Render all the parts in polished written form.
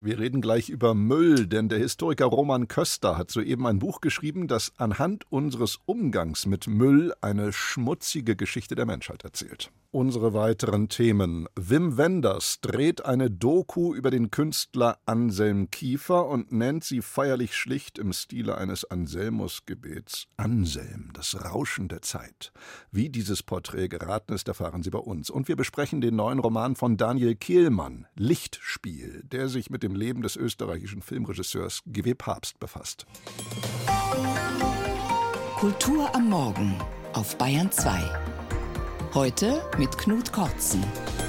Wir reden gleich über Müll, denn der Historiker Roman Köster hat soeben ein Buch geschrieben, das anhand unseres Umgangs mit Müll eine schmutzige Geschichte der Menschheit erzählt. Unsere weiteren Themen. Wim Wenders dreht eine Doku über den Künstler Anselm Kiefer und nennt sie feierlich schlicht im Stile eines Anselmus-Gebets. Anselm, das Rauschen der Zeit. Wie dieses Porträt geraten ist, erfahren Sie bei uns. Und wir besprechen den neuen Roman von Daniel Kehlmann, Lichtspiel, der sich mit dem Leben des österreichischen Filmregisseurs G.W. Pabst befasst. Kultur am Morgen auf Bayern 2. Heute mit Knut Kortzen.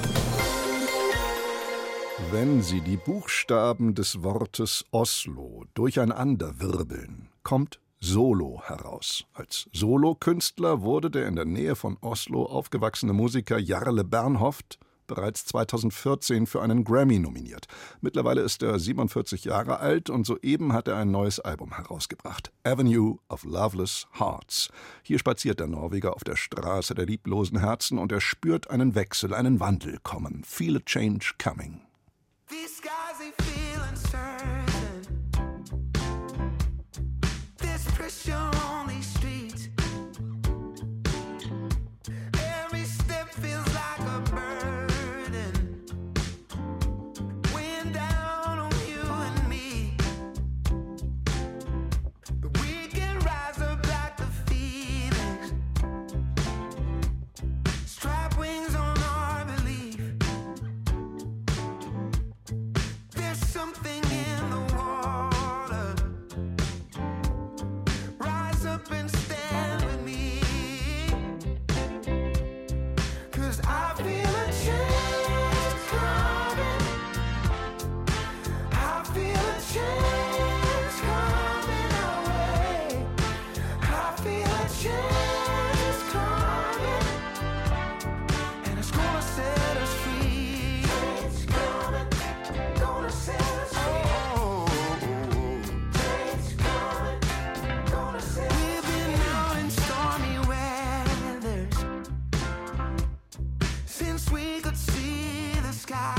Wenn Sie die Buchstaben des Wortes Oslo durcheinander wirbeln, kommt Solo heraus. Als Solokünstler wurde der in der Nähe von Oslo aufgewachsene Musiker Jarle Bernhoft bereits 2014 für einen Grammy nominiert. Mittlerweile ist er 47 Jahre alt und soeben hat er ein neues Album herausgebracht. Avenue of Loveless Hearts. Hier spaziert der Norweger auf der Straße der lieblosen Herzen und er spürt einen Wechsel, einen Wandel kommen. Feel a change coming. These guys, they feeling certain. There's pressure on these streets. Every step feels like a burden. Weighing down on you and me. But we can rise up like the phoenix. Strap wings on our belief. There's something in the water. Rise up and stand with me. 'Cause I feel a change coming. I feel a change coming our way. I feel a change coming. And it's gonna set us free. Change coming. Gonna set us free. Change coming. Gonna set us free. We've been out in stormy weathers since we could see the sky.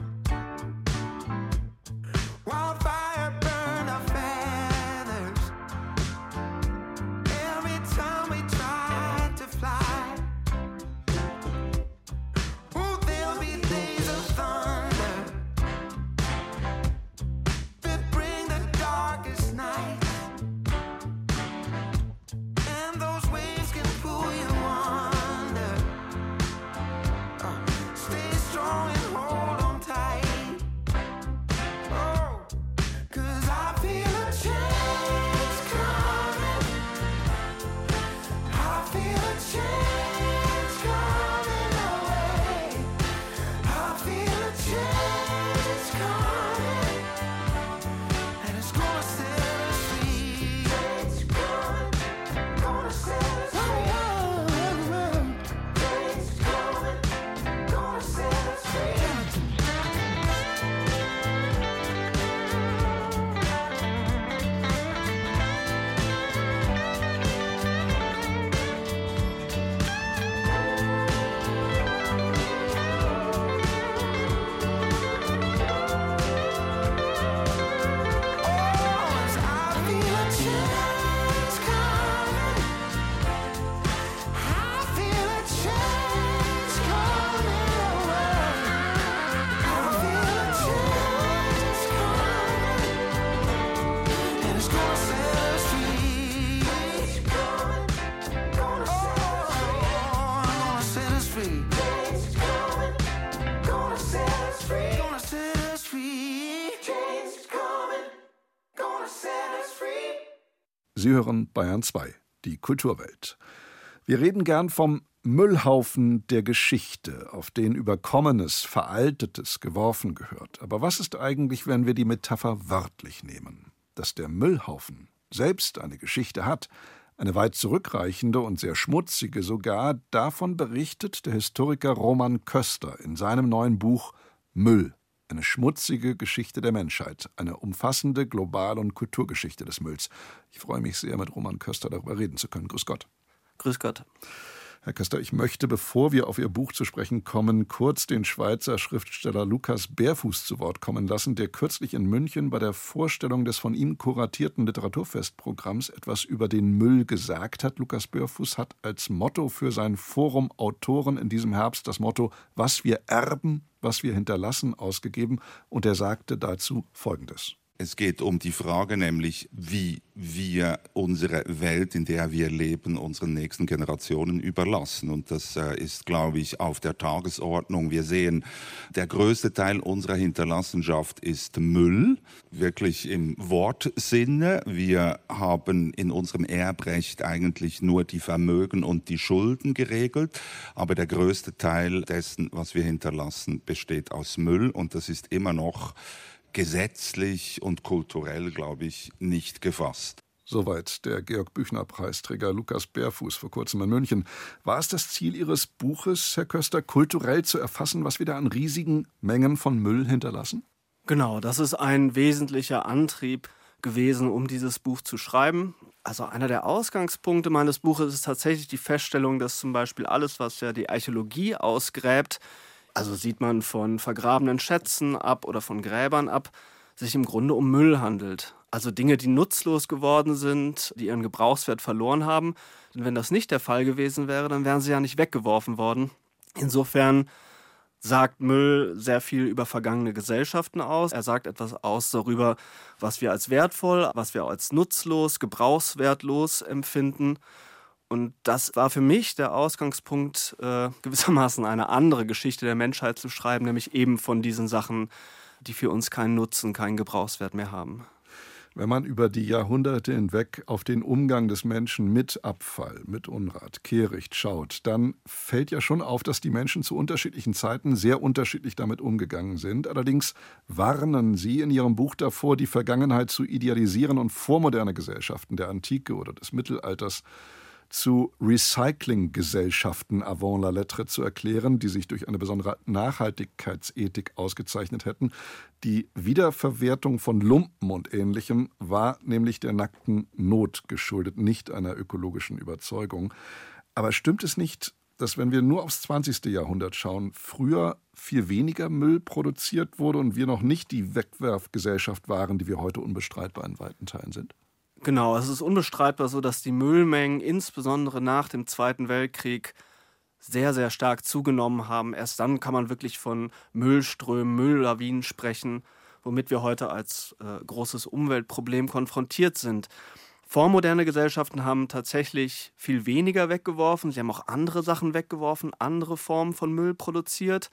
Wildfire burned our feathers every time we tried to fly. Oh, there'll be days of thunder that bring the darkest night, and those waves can pull you under. Stay strong and hold on tight. Oh, 'cause I feel a change coming. I feel a change coming away. I feel a change coming. And it's gonna set us free. Change coming. Gonna set us free. Change coming. Gonna set us free. Sie hören Bayern 2, die Kulturwelt. Wir reden gern vom Müllhaufen der Geschichte, auf den Überkommenes, Veraltetes geworfen gehört. Aber was ist eigentlich, wenn wir die Metapher wörtlich nehmen? Dass der Müllhaufen selbst eine Geschichte hat, eine weit zurückreichende und sehr schmutzige sogar, davon berichtet der Historiker Roman Köster in seinem neuen Buch Müll. Eine schmutzige Geschichte der Menschheit, eine umfassende Global- und Kulturgeschichte des Mülls. Ich freue mich sehr, mit Roman Köster darüber reden zu können. Grüß Gott. Grüß Gott. Herr Köster, ich möchte, bevor wir auf Ihr Buch zu sprechen kommen, kurz den Schweizer Schriftsteller Lukas Berfuß zu Wort kommen lassen, der kürzlich in München bei der Vorstellung des von ihm kuratierten Literaturfestprogramms etwas über den Müll gesagt hat. Lukas Berfuß hat als Motto für sein Forum Autoren in diesem Herbst das Motto „Was wir erben, was wir hinterlassen" ausgegeben, und er sagte dazu Folgendes. Es geht um die Frage nämlich, wie wir unsere Welt, in der wir leben, unseren nächsten Generationen überlassen. Und das ist, glaube ich, auf der Tagesordnung. Wir sehen, der größte Teil unserer Hinterlassenschaft ist Müll, wirklich im Wortsinne. Wir haben in unserem Erbrecht eigentlich nur die Vermögen und die Schulden geregelt. Aber der größte Teil dessen, was wir hinterlassen, besteht aus Müll. Und das ist immer noch gesetzlich und kulturell, glaube ich, nicht gefasst. Soweit der Georg-Büchner-Preisträger Lukas Berfuß vor kurzem in München. War es das Ziel Ihres Buches, Herr Köster, kulturell zu erfassen, was wir da an riesigen Mengen von Müll hinterlassen? Genau, das ist ein wesentlicher Antrieb gewesen, um dieses Buch zu schreiben. Also einer der Ausgangspunkte meines Buches ist tatsächlich die Feststellung, dass zum Beispiel alles, was ja die Archäologie ausgräbt, also sieht man von vergrabenen Schätzen ab oder von Gräbern ab, sich im Grunde um Müll handelt. Also Dinge, die nutzlos geworden sind, die ihren Gebrauchswert verloren haben. Denn wenn das nicht der Fall gewesen wäre, dann wären sie ja nicht weggeworfen worden. Insofern sagt Müll sehr viel über vergangene Gesellschaften aus. Er sagt etwas aus darüber, was wir als wertvoll, was wir als nutzlos, gebrauchswertlos empfinden. Und das war für mich der Ausgangspunkt, gewissermaßen eine andere Geschichte der Menschheit zu schreiben, nämlich eben von diesen Sachen, die für uns keinen Nutzen, keinen Gebrauchswert mehr haben. Wenn man über die Jahrhunderte hinweg auf den Umgang des Menschen mit Abfall, mit Unrat, Kehricht schaut, dann fällt ja schon auf, dass die Menschen zu unterschiedlichen Zeiten sehr unterschiedlich damit umgegangen sind. Allerdings warnen Sie in Ihrem Buch davor, die Vergangenheit zu idealisieren und vormoderne Gesellschaften der Antike oder des Mittelalters zu Recycling-Gesellschaften avant la lettre zu erklären, die sich durch eine besondere Nachhaltigkeitsethik ausgezeichnet hätten. Die Wiederverwertung von Lumpen und Ähnlichem war nämlich der nackten Not geschuldet, nicht einer ökologischen Überzeugung. Aber stimmt es nicht, dass, wenn wir nur aufs 20. Jahrhundert schauen, früher viel weniger Müll produziert wurde und wir noch nicht die Wegwerfgesellschaft waren, die wir heute unbestreitbar in weiten Teilen sind? Genau, es ist unbestreitbar so, dass die Müllmengen insbesondere nach dem Zweiten Weltkrieg sehr, sehr stark zugenommen haben. Erst dann kann man wirklich von Müllströmen, Mülllawinen sprechen, womit wir heute als großes Umweltproblem konfrontiert sind. Vormoderne Gesellschaften haben tatsächlich viel weniger weggeworfen. Sie haben auch andere Sachen weggeworfen, andere Formen von Müll produziert.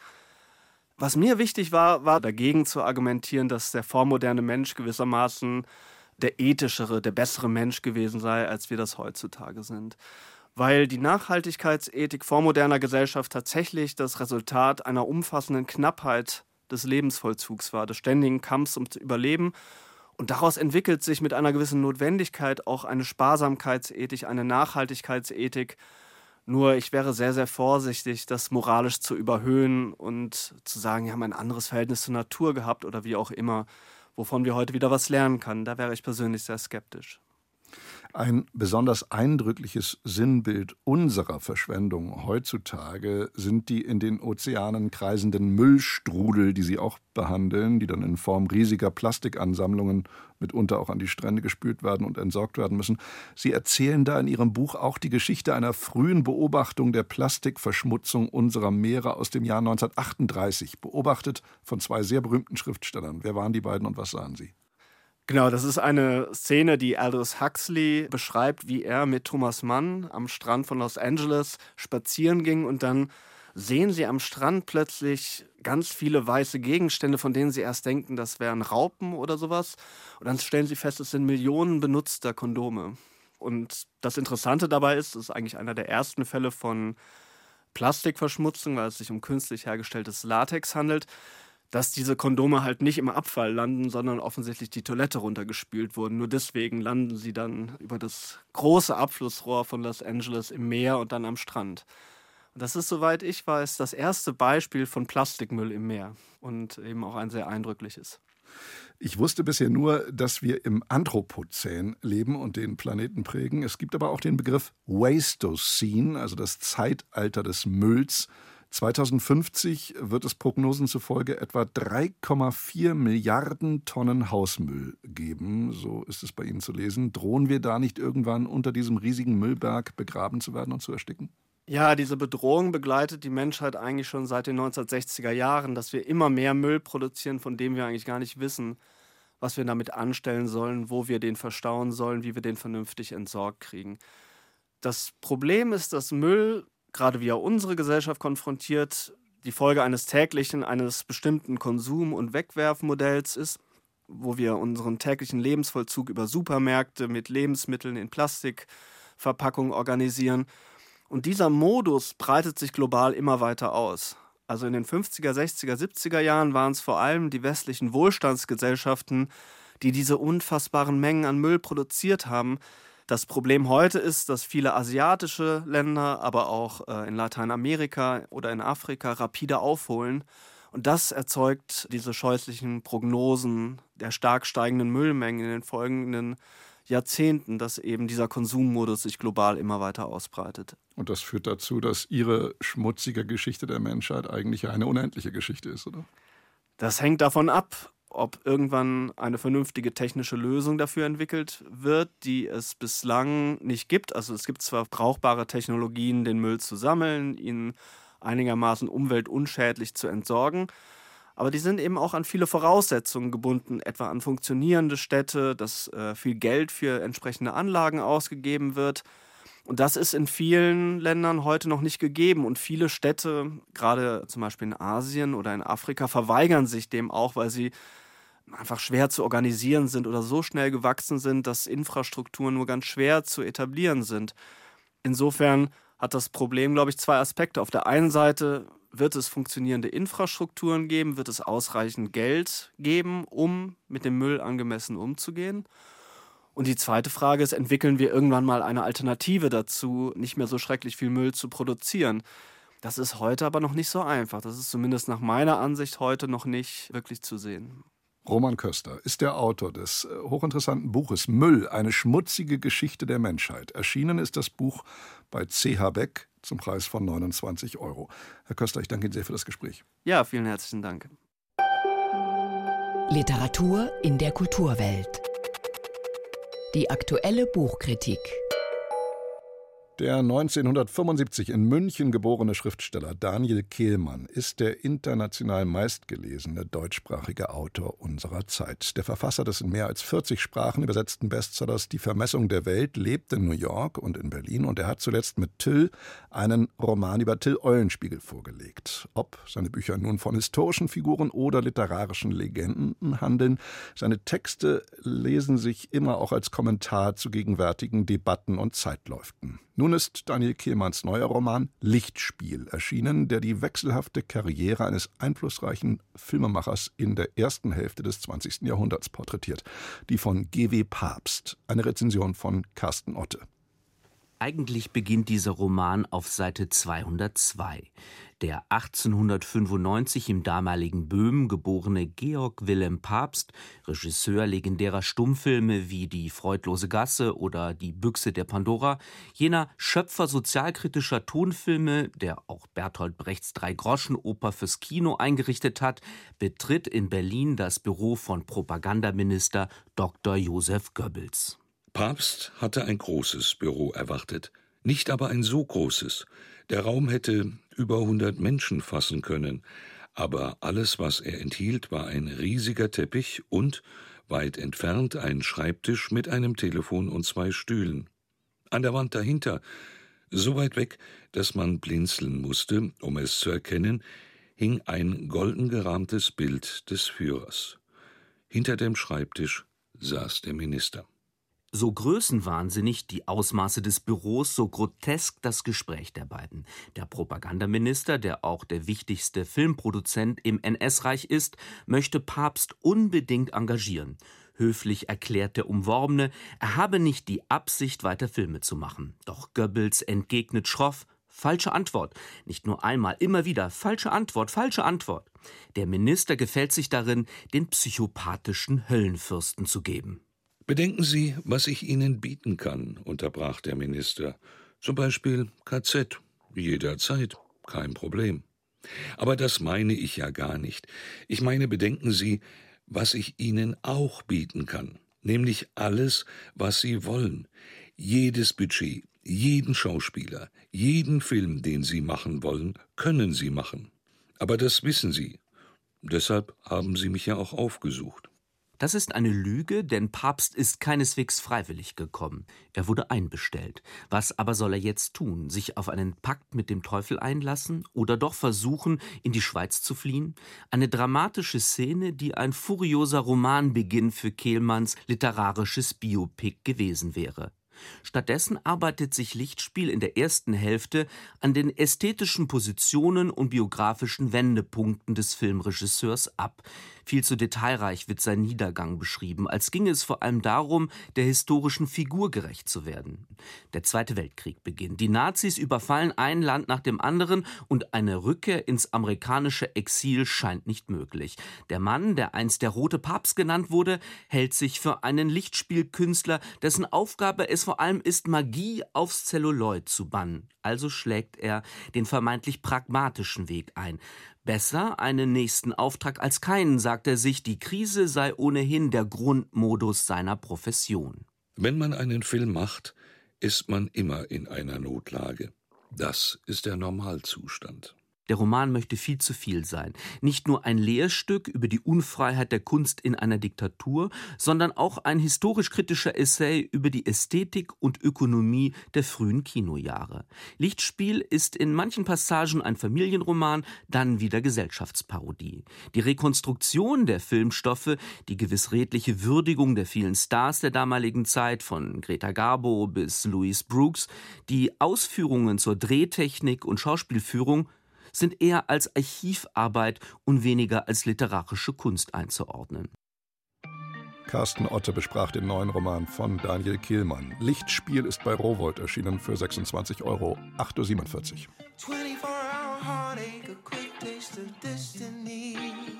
Was mir wichtig war dagegen zu argumentieren, dass der vormoderne Mensch gewissermaßen der ethischere, der bessere Mensch gewesen sei, als wir das heutzutage sind. Weil die Nachhaltigkeitsethik vormoderner Gesellschaft tatsächlich das Resultat einer umfassenden Knappheit des Lebensvollzugs war, des ständigen Kampfs ums Überleben. Und daraus entwickelt sich mit einer gewissen Notwendigkeit auch eine Sparsamkeitsethik, eine Nachhaltigkeitsethik. Nur ich wäre sehr, sehr vorsichtig, das moralisch zu überhöhen und zu sagen, wir haben ein anderes Verhältnis zur Natur gehabt oder wie auch immer, wovon wir heute wieder was lernen können. Da wäre ich persönlich sehr skeptisch. Ein besonders eindrückliches Sinnbild unserer Verschwendung heutzutage sind die in den Ozeanen kreisenden Müllstrudel, die Sie auch behandeln, die dann in Form riesiger Plastikansammlungen mitunter auch an die Strände gespült werden und entsorgt werden müssen. Sie erzählen da in Ihrem Buch auch die Geschichte einer frühen Beobachtung der Plastikverschmutzung unserer Meere aus dem Jahr 1938, beobachtet von zwei sehr berühmten Schriftstellern. Wer waren die beiden und was sahen Sie? Genau, das ist eine Szene, die Aldous Huxley beschreibt, wie er mit Thomas Mann am Strand von Los Angeles spazieren ging und dann sehen sie am Strand plötzlich ganz viele weiße Gegenstände, von denen sie erst denken, das wären Raupen oder sowas. Und dann stellen sie fest, es sind Millionen benutzter Kondome. Und das Interessante dabei ist, es ist eigentlich einer der ersten Fälle von Plastikverschmutzung, weil es sich um künstlich hergestelltes Latex handelt, dass diese Kondome halt nicht im Abfall landen, sondern offensichtlich die Toilette runtergespült wurden. Nur deswegen landen sie dann über das große Abflussrohr von Los Angeles im Meer und dann am Strand. Und das ist, soweit ich weiß, das erste Beispiel von Plastikmüll im Meer und eben auch ein sehr eindrückliches. Ich wusste bisher nur, dass wir im Anthropozän leben und den Planeten prägen. Es gibt aber auch den Begriff Wastocene, also das Zeitalter des Mülls. 2050 wird es Prognosen zufolge etwa 3,4 Milliarden Tonnen Hausmüll geben. So ist es bei Ihnen zu lesen. Drohen wir da nicht irgendwann unter diesem riesigen Müllberg begraben zu werden und zu ersticken? Ja, diese Bedrohung begleitet die Menschheit eigentlich schon seit den 1960er Jahren, dass wir immer mehr Müll produzieren, von dem wir eigentlich gar nicht wissen, was wir damit anstellen sollen, wo wir den verstauen sollen, wie wir den vernünftig entsorgt kriegen. Das Problem ist, dass Müll, gerade wie er unsere Gesellschaft konfrontiert, die Folge eines bestimmten Konsum- und Wegwerfmodells ist, wo wir unseren täglichen Lebensvollzug über Supermärkte mit Lebensmitteln in Plastikverpackungen organisieren. Und dieser Modus breitet sich global immer weiter aus. Also in den 50er, 60er, 70er Jahren waren es vor allem die westlichen Wohlstandsgesellschaften, die diese unfassbaren Mengen an Müll produziert haben. Das Problem heute ist, dass viele asiatische Länder, aber auch in Lateinamerika oder in Afrika rapide aufholen. Und das erzeugt diese scheußlichen Prognosen der stark steigenden Müllmengen in den folgenden Jahrzehnten, dass eben dieser Konsummodus sich global immer weiter ausbreitet. Und das führt dazu, dass Ihre schmutzige Geschichte der Menschheit eigentlich eine unendliche Geschichte ist, oder? Das hängt davon ab, ob irgendwann eine vernünftige technische Lösung dafür entwickelt wird, die es bislang nicht gibt. Also es gibt zwar brauchbare Technologien, den Müll zu sammeln, ihn einigermaßen umweltunschädlich zu entsorgen, aber die sind eben auch an viele Voraussetzungen gebunden, etwa an funktionierende Städte, dass viel Geld für entsprechende Anlagen ausgegeben wird. Und das ist in vielen Ländern heute noch nicht gegeben. Und viele Städte, gerade zum Beispiel in Asien oder in Afrika, verweigern sich dem auch, weil sie einfach schwer zu organisieren sind oder so schnell gewachsen sind, dass Infrastrukturen nur ganz schwer zu etablieren sind. Insofern hat das Problem, glaube ich, zwei Aspekte. Auf der einen Seite wird es funktionierende Infrastrukturen geben, wird es ausreichend Geld geben, um mit dem Müll angemessen umzugehen. Und die zweite Frage ist, entwickeln wir irgendwann mal eine Alternative dazu, nicht mehr so schrecklich viel Müll zu produzieren? Das ist heute aber noch nicht so einfach. Das ist zumindest nach meiner Ansicht heute noch nicht wirklich zu sehen. Roman Köster ist der Autor des hochinteressanten Buches Müll, eine schmutzige Geschichte der Menschheit. Erschienen ist das Buch bei C.H. Beck zum Preis von 29 €. Herr Köster, ich danke Ihnen sehr für das Gespräch. Ja, vielen herzlichen Dank. Literatur in der Kulturwelt. Die aktuelle Buchkritik. Der 1975 in München geborene Schriftsteller Daniel Kehlmann ist der international meistgelesene deutschsprachige Autor unserer Zeit. Der Verfasser des in mehr als 40 Sprachen übersetzten Bestsellers Die Vermessung der Welt lebt in New York und in Berlin und er hat zuletzt mit Till einen Roman über Till Eulenspiegel vorgelegt. Ob seine Bücher nun von historischen Figuren oder literarischen Legenden handeln, seine Texte lesen sich immer auch als Kommentar zu gegenwärtigen Debatten und Zeitläuften. Nun ist Daniel Kehlmanns neuer Roman Lichtspiel erschienen, der die wechselhafte Karriere eines einflussreichen Filmemachers in der ersten Hälfte des 20. Jahrhunderts porträtiert. Die von G.W. Pabst, eine Rezension von Carsten Otte. Eigentlich beginnt dieser Roman auf Seite 202. Der 1895 im damaligen Böhmen geborene Georg Wilhelm Pabst, Regisseur legendärer Stummfilme wie Die freudlose Gasse oder Die Büchse der Pandora, jener Schöpfer sozialkritischer Tonfilme, der auch Bertolt Brechts Drei-Groschen-Oper fürs Kino eingerichtet hat, betritt in Berlin das Büro von Propagandaminister Dr. Joseph Goebbels. Pabst hatte ein großes Büro erwartet, nicht aber ein so großes. Der Raum hätte über 100 Menschen fassen können, aber alles, was er enthielt, war ein riesiger Teppich und, weit entfernt, ein Schreibtisch mit einem Telefon und 2 Stühlen. An der Wand dahinter, so weit weg, dass man blinzeln musste, um es zu erkennen, hing ein golden gerahmtes Bild des Führers. Hinter dem Schreibtisch saß der Minister. So größenwahnsinnig die Ausmaße des Büros, so grotesk das Gespräch der beiden. Der Propagandaminister, der auch der wichtigste Filmproduzent im NS-Reich ist, möchte Pabst unbedingt engagieren. Höflich erklärt der Umworbene, er habe nicht die Absicht, weiter Filme zu machen. Doch Goebbels entgegnet schroff: Falsche Antwort. Nicht nur einmal, immer wieder. Falsche Antwort, falsche Antwort. Der Minister gefällt sich darin, den psychopathischen Höllenfürsten zu geben. Bedenken Sie, was ich Ihnen bieten kann, unterbrach der Minister. Zum Beispiel KZ. Jederzeit. Kein Problem. Aber das meine ich ja gar nicht. Ich meine, bedenken Sie, was ich Ihnen auch bieten kann. Nämlich alles, was Sie wollen. Jedes Budget, jeden Schauspieler, jeden Film, den Sie machen wollen, können Sie machen. Aber das wissen Sie. Deshalb haben Sie mich ja auch aufgesucht. Das ist eine Lüge, denn Pabst ist keineswegs freiwillig gekommen. Er wurde einbestellt. Was aber soll er jetzt tun? Sich auf einen Pakt mit dem Teufel einlassen oder doch versuchen, in die Schweiz zu fliehen? Eine dramatische Szene, die ein furioser Romanbeginn für Kehlmanns literarisches Biopic gewesen wäre. Stattdessen arbeitet sich Lichtspiel in der ersten Hälfte an den ästhetischen Positionen und biografischen Wendepunkten des Filmregisseurs ab. Viel zu detailreich wird sein Niedergang beschrieben, als ginge es vor allem darum, der historischen Figur gerecht zu werden. Der Zweite Weltkrieg beginnt. Die Nazis überfallen ein Land nach dem anderen und eine Rückkehr ins amerikanische Exil scheint nicht möglich. Der Mann, der einst der Rote Papst genannt wurde, hält sich für einen Lichtspielkünstler, dessen Aufgabe es vor allem ist, Magie aufs Zelluloid zu bannen. Also schlägt er den vermeintlich pragmatischen Weg ein. Besser einen nächsten Auftrag als keinen, sagt er sich, die Krise sei ohnehin der Grundmodus seiner Profession. Wenn man einen Film macht, ist man immer in einer Notlage. Das ist der Normalzustand. Der Roman möchte viel zu viel sein. Nicht nur ein Lehrstück über die Unfreiheit der Kunst in einer Diktatur, sondern auch ein historisch-kritischer Essay über die Ästhetik und Ökonomie der frühen Kinojahre. Lichtspiel ist in manchen Passagen ein Familienroman, dann wieder Gesellschaftsparodie. Die Rekonstruktion der Filmstoffe, die gewiss redliche Würdigung der vielen Stars der damaligen Zeit, von Greta Garbo bis Louise Brooks, die Ausführungen zur Drehtechnik und Schauspielführung sind eher als Archivarbeit und weniger als literarische Kunst einzuordnen. Carsten Otte besprach den neuen Roman von Daniel Kehlmann. Lichtspiel ist bei Rowohlt erschienen für 26 €, 8,47 Uhr. 24-hour heartache, a quick taste of destiny.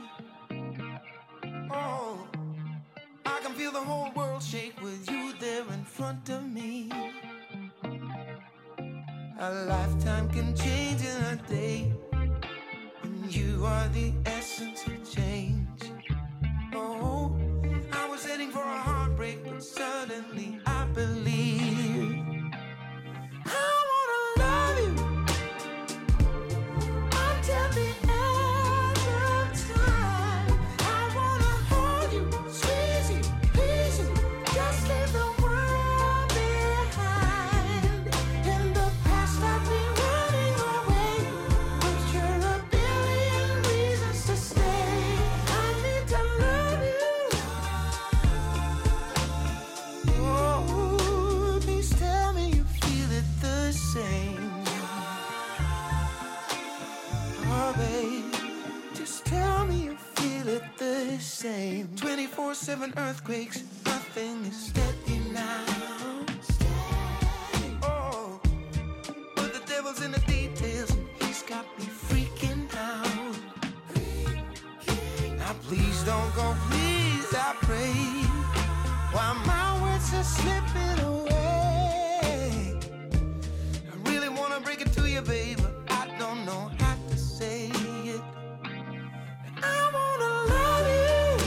Oh, I can feel the whole world shake with you there in front of me. A lifetime can change in a day, and you are the essence of change. Oh, I was heading for a heartbreak, but suddenly I believe I wanna love you until the end of time. I wanna hold you, squeeze you, please you, just leave the world behind. In the past I've been running away, but you're a billion reasons to stay. I need to love you. Oh, please tell me you feel it the same. Oh, babe, just tell me you feel it the same. 24/7 earthquakes, nothing is steady now. Oh, but the devil's in the details, and he's got me freaking out. Now please don't go, please, I pray, while my words are slipping away. I really wanna break it to you, babe, but I don't know how to say it. And I wanna love you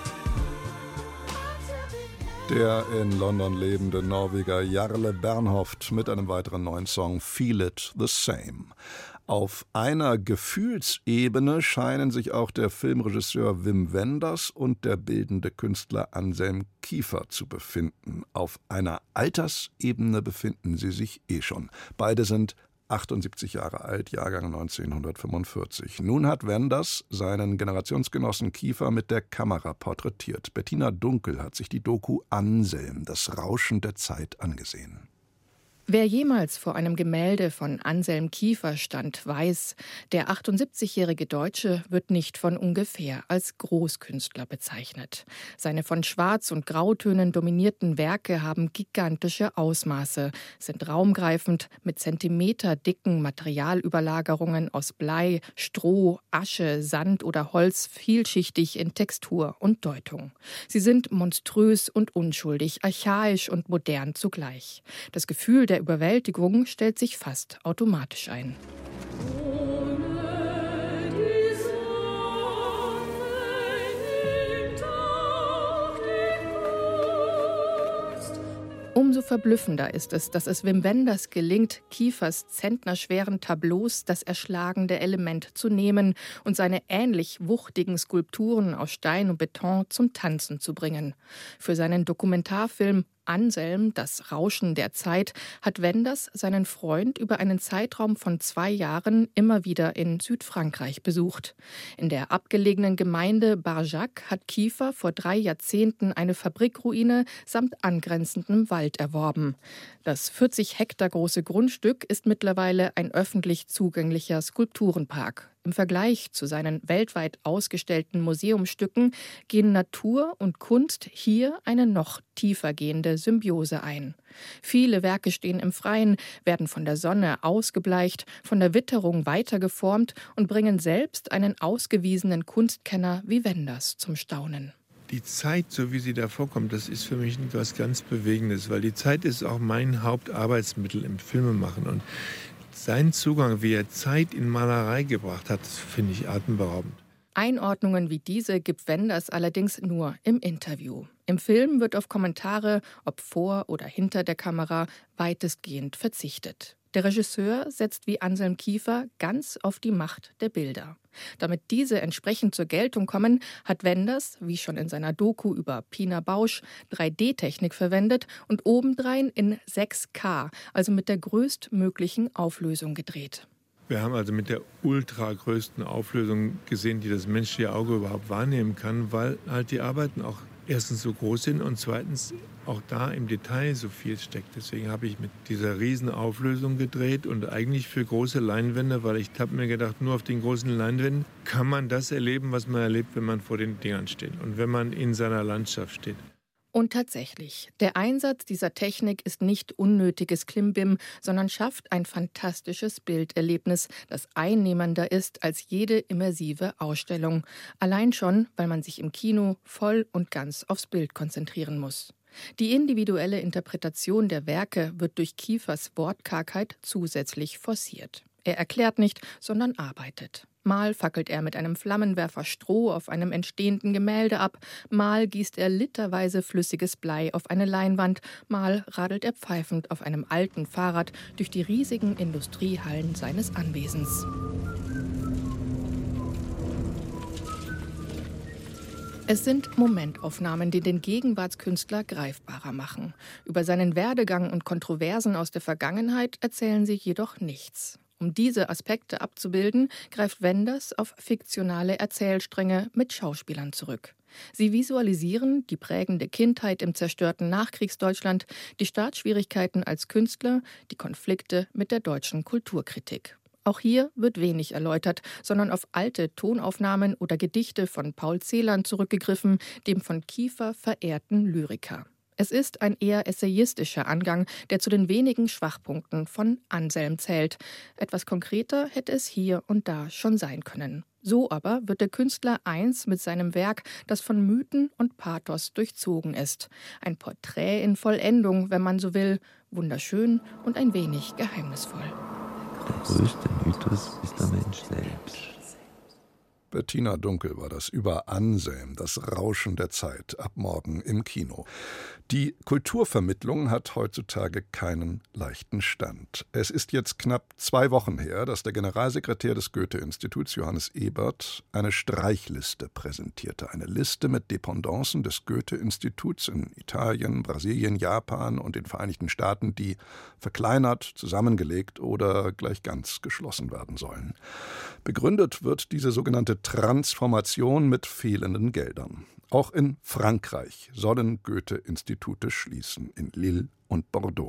until the end. Der in London lebende Norweger Jarle Bernhoft mit einem weiteren neuen Song Feel It the Same. Auf einer Gefühlsebene scheinen sich auch der Filmregisseur Wim Wenders und der bildende Künstler Anselm Kiefer zu befinden. Auf einer Altersebene befinden sie sich schon. Beide sind 78 Jahre alt, Jahrgang 1945. Nun hat Wenders seinen Generationsgenossen Kiefer mit der Kamera porträtiert. Bettina Dunkel hat sich die Doku Anselm, das Rauschen der Zeit, angesehen. Wer jemals vor einem Gemälde von Anselm Kiefer stand, weiß, der 78-jährige Deutsche wird nicht von ungefähr als Großkünstler bezeichnet. Seine von Schwarz- und Grautönen dominierten Werke haben gigantische Ausmaße, sind raumgreifend mit zentimeterdicken Materialüberlagerungen aus Blei, Stroh, Asche, Sand oder Holz vielschichtig in Textur und Deutung. Sie sind monströs und unschuldig, archaisch und modern zugleich. Das Gefühl der Überwältigung stellt sich fast automatisch ein. Umso verblüffender ist es, dass es Wim Wenders gelingt, Kiefers zentnerschweren Tableaus das erschlagende Element zu nehmen und seine ähnlich wuchtigen Skulpturen aus Stein und Beton zum Tanzen zu bringen. Für seinen Dokumentarfilm Anselm, das Rauschen der Zeit, hat Wenders seinen Freund über einen Zeitraum von 2 Jahren immer wieder in Südfrankreich besucht. In der abgelegenen Gemeinde Barjac hat Kiefer vor 3 Jahrzehnten eine Fabrikruine samt angrenzendem Wald erworben. Das 40 Hektar große Grundstück ist mittlerweile ein öffentlich zugänglicher Skulpturenpark. Im Vergleich zu seinen weltweit ausgestellten Museumsstücken gehen Natur und Kunst hier eine noch tiefer gehende Symbiose ein. Viele Werke stehen im Freien, werden von der Sonne ausgebleicht, von der Witterung weitergeformt und bringen selbst einen ausgewiesenen Kunstkenner wie Wenders zum Staunen. Die Zeit, so wie sie da vorkommt, das ist für mich etwas ganz Bewegendes, weil die Zeit ist auch mein Hauptarbeitsmittel im Filmemachen. Und sein Zugang, wie er Zeit in Malerei gebracht hat, das finde ich atemberaubend. Einordnungen wie diese gibt Wenders allerdings nur im Interview. Im Film wird auf Kommentare, ob vor oder hinter der Kamera, weitestgehend verzichtet. Der Regisseur setzt wie Anselm Kiefer ganz auf die Macht der Bilder. Damit diese entsprechend zur Geltung kommen, hat Wenders, wie schon in seiner Doku über Pina Bausch, 3D-Technik verwendet und obendrein in 6K, also mit der größtmöglichen Auflösung gedreht. Wir haben also mit der ultragrößten Auflösung gesehen, die das menschliche Auge überhaupt wahrnehmen kann, weil halt die Arbeiten auch erstens so groß sind und zweitens auch da im Detail so viel steckt. Deswegen habe ich mit dieser riesen Auflösung gedreht und eigentlich für große Leinwände, weil ich habe mir gedacht, nur auf den großen Leinwänden kann man das erleben, was man erlebt, wenn man vor den Dingern steht und wenn man in seiner Landschaft steht. Und tatsächlich, der Einsatz dieser Technik ist nicht unnötiges Klimbim, sondern schafft ein fantastisches Bilderlebnis, das einnehmender ist als jede immersive Ausstellung. Allein schon, weil man sich im Kino voll und ganz aufs Bild konzentrieren muss. Die individuelle Interpretation der Werke wird durch Kiefers Wortkargheit zusätzlich forciert. Er erklärt nicht, sondern arbeitet. Mal fackelt er mit einem Flammenwerfer Stroh auf einem entstehenden Gemälde ab, mal gießt er literweise flüssiges Blei auf eine Leinwand, mal radelt er pfeifend auf einem alten Fahrrad durch die riesigen Industriehallen seines Anwesens. Es sind Momentaufnahmen, die den Gegenwartskünstler greifbarer machen. Über seinen Werdegang und Kontroversen aus der Vergangenheit erzählen sie jedoch nichts. Um diese Aspekte abzubilden, greift Wenders auf fiktionale Erzählstränge mit Schauspielern zurück. Sie visualisieren die prägende Kindheit im zerstörten Nachkriegsdeutschland, die Startschwierigkeiten als Künstler, die Konflikte mit der deutschen Kulturkritik. Auch hier wird wenig erläutert, sondern auf alte Tonaufnahmen oder Gedichte von Paul Celan zurückgegriffen, dem von Kiefer verehrten Lyriker. Es ist ein eher essayistischer Angang, der zu den wenigen Schwachpunkten von Anselm zählt. Etwas konkreter hätte es hier und da schon sein können. So aber wird der Künstler eins mit seinem Werk, das von Mythen und Pathos durchzogen ist. Ein Porträt in Vollendung, wenn man so will, wunderschön und ein wenig geheimnisvoll. Der größte Mythos ist der Mensch selbst. Bettina Dunkel war das über Anselm, das Rauschen der Zeit, ab morgen im Kino. Die Kulturvermittlung hat heutzutage keinen leichten Stand. Es ist jetzt knapp 2 Wochen her, dass der Generalsekretär des Goethe-Instituts, Johannes Ebert, eine Streichliste präsentierte. Eine Liste mit Dependancen des Goethe-Instituts in Italien, Brasilien, Japan und den Vereinigten Staaten, die verkleinert, zusammengelegt oder gleich ganz geschlossen werden sollen. Begründet wird diese sogenannte Transformation mit fehlenden Geldern. Auch in Frankreich sollen Goethe-Institute schließen, in Lille und Bordeaux.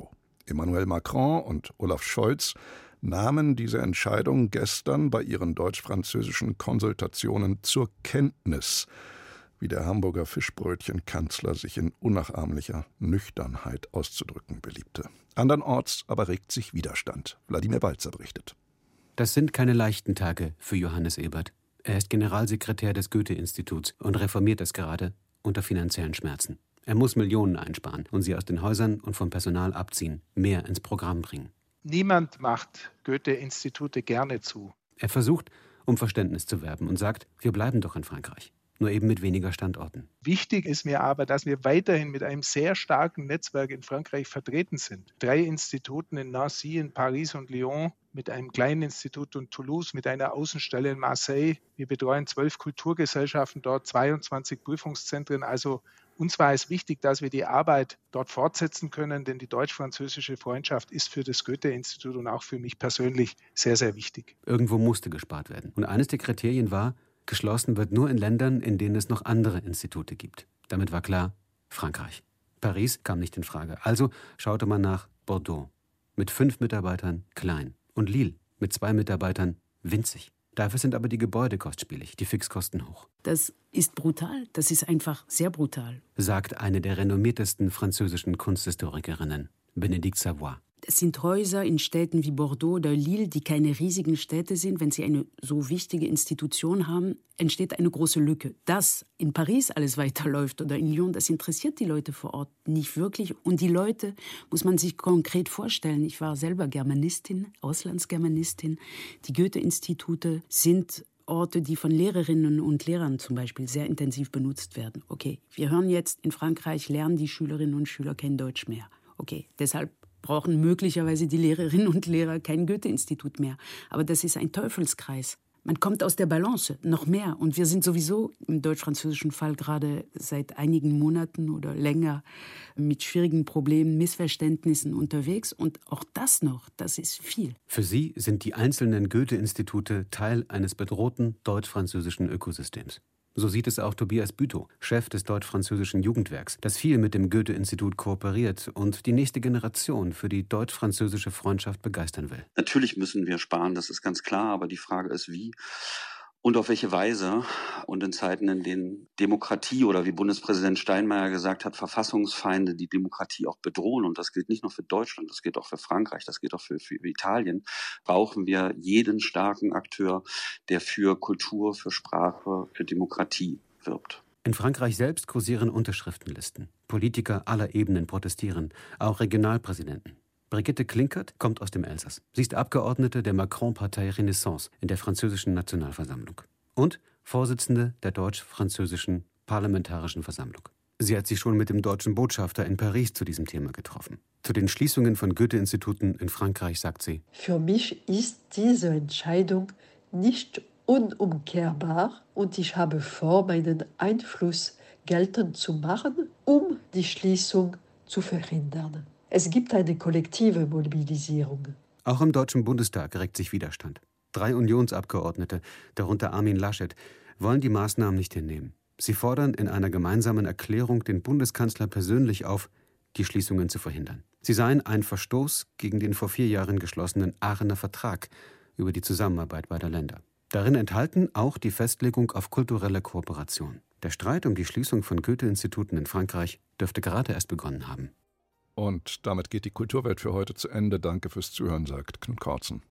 Emmanuel Macron und Olaf Scholz nahmen diese Entscheidung gestern bei ihren deutsch-französischen Konsultationen zur Kenntnis, wie der Hamburger Fischbrötchenkanzler sich in unnachahmlicher Nüchternheit auszudrücken beliebte. Andernorts aber regt sich Widerstand. Wladimir Balzer berichtet. Das sind keine leichten Tage für Johannes Ebert. Er ist Generalsekretär des Goethe-Instituts und reformiert es gerade unter finanziellen Schmerzen. Er muss Millionen einsparen und sie aus den Häusern und vom Personal abziehen, mehr ins Programm bringen. Niemand macht Goethe-Institute gerne zu. Er versucht, um Verständnis zu werben und sagt, wir bleiben doch in Frankreich, nur eben mit weniger Standorten. Wichtig ist mir aber, dass wir weiterhin mit einem sehr starken Netzwerk in Frankreich vertreten sind. 3 Instituten in Nancy, in Paris und Lyon, mit einem kleinen Institut in Toulouse, mit einer Außenstelle in Marseille. Wir betreuen 12 Kulturgesellschaften dort, 22 Prüfungszentren. Also uns war es wichtig, dass wir die Arbeit dort fortsetzen können, denn die deutsch-französische Freundschaft ist für das Goethe-Institut und auch für mich persönlich sehr, sehr wichtig. Irgendwo musste gespart werden. Und eines der Kriterien war, geschlossen wird nur in Ländern, in denen es noch andere Institute gibt. Damit war klar, Frankreich. Paris kam nicht in Frage. Also schaute man nach Bordeaux. Mit 5 Mitarbeitern klein. Und Lille mit 2 Mitarbeitern winzig. Dafür sind aber die Gebäude kostspielig, die Fixkosten hoch. Das ist brutal, das ist einfach sehr brutal, sagt eine der renommiertesten französischen Kunsthistorikerinnen, Bénédicte Savoy. Es sind Häuser in Städten wie Bordeaux oder Lille, die keine riesigen Städte sind. Wenn sie eine so wichtige Institution haben, entsteht eine große Lücke. Dass in Paris alles weiterläuft oder in Lyon, das interessiert die Leute vor Ort nicht wirklich. Und die Leute muss man sich konkret vorstellen. Ich war selber Germanistin, Auslandsgermanistin. Die Goethe-Institute sind Orte, die von Lehrerinnen und Lehrern zum Beispiel sehr intensiv benutzt werden. Okay, wir hören jetzt, in Frankreich lernen die Schülerinnen und Schüler kein Deutsch mehr. Okay, deshalb brauchen möglicherweise die Lehrerinnen und Lehrer kein Goethe-Institut mehr. Aber das ist ein Teufelskreis. Man kommt aus der Balance, noch mehr. Und wir sind sowieso im deutsch-französischen Fall gerade seit einigen Monaten oder länger mit schwierigen Problemen, Missverständnissen unterwegs. Und auch das noch, das ist viel. Für sie sind die einzelnen Goethe-Institute Teil eines bedrohten deutsch-französischen Ökosystems. So sieht es auch Tobias Bütow, Chef des deutsch-französischen Jugendwerks, das viel mit dem Goethe-Institut kooperiert und die nächste Generation für die deutsch-französische Freundschaft begeistern will. Natürlich müssen wir sparen, das ist ganz klar, aber die Frage ist, wie und auf welche Weise. Und in Zeiten, in denen Demokratie oder wie Bundespräsident Steinmeier gesagt hat, Verfassungsfeinde die Demokratie auch bedrohen, und das gilt nicht nur für Deutschland, das gilt auch für Frankreich, das gilt auch für Italien, brauchen wir jeden starken Akteur, der für Kultur, für Sprache, für Demokratie wirbt. In Frankreich selbst kursieren Unterschriftenlisten. Politiker aller Ebenen protestieren, auch Regionalpräsidenten. Brigitte Klinkert kommt aus dem Elsass. Sie ist Abgeordnete der Macron-Partei Renaissance in der französischen Nationalversammlung und Vorsitzende der deutsch-französischen Parlamentarischen Versammlung. Sie hat sich schon mit dem deutschen Botschafter in Paris zu diesem Thema getroffen. Zu den Schließungen von Goethe-Instituten in Frankreich sagt sie: Für mich ist diese Entscheidung nicht unumkehrbar und ich habe vor, meinen Einfluss geltend zu machen, um die Schließung zu verhindern. Es gibt eine kollektive Mobilisierung. Auch im Deutschen Bundestag regt sich Widerstand. 3 Unionsabgeordnete, darunter Armin Laschet, wollen die Maßnahmen nicht hinnehmen. Sie fordern in einer gemeinsamen Erklärung den Bundeskanzler persönlich auf, die Schließungen zu verhindern. Sie seien ein Verstoß gegen den vor 4 Jahren geschlossenen Aachener Vertrag über die Zusammenarbeit beider Länder. Darin enthalten auch die Festlegung auf kulturelle Kooperation. Der Streit um die Schließung von Goethe-Instituten in Frankreich dürfte gerade erst begonnen haben. Und damit geht die Kulturwelt für heute zu Ende. Danke fürs Zuhören, sagt Knut Kortzen.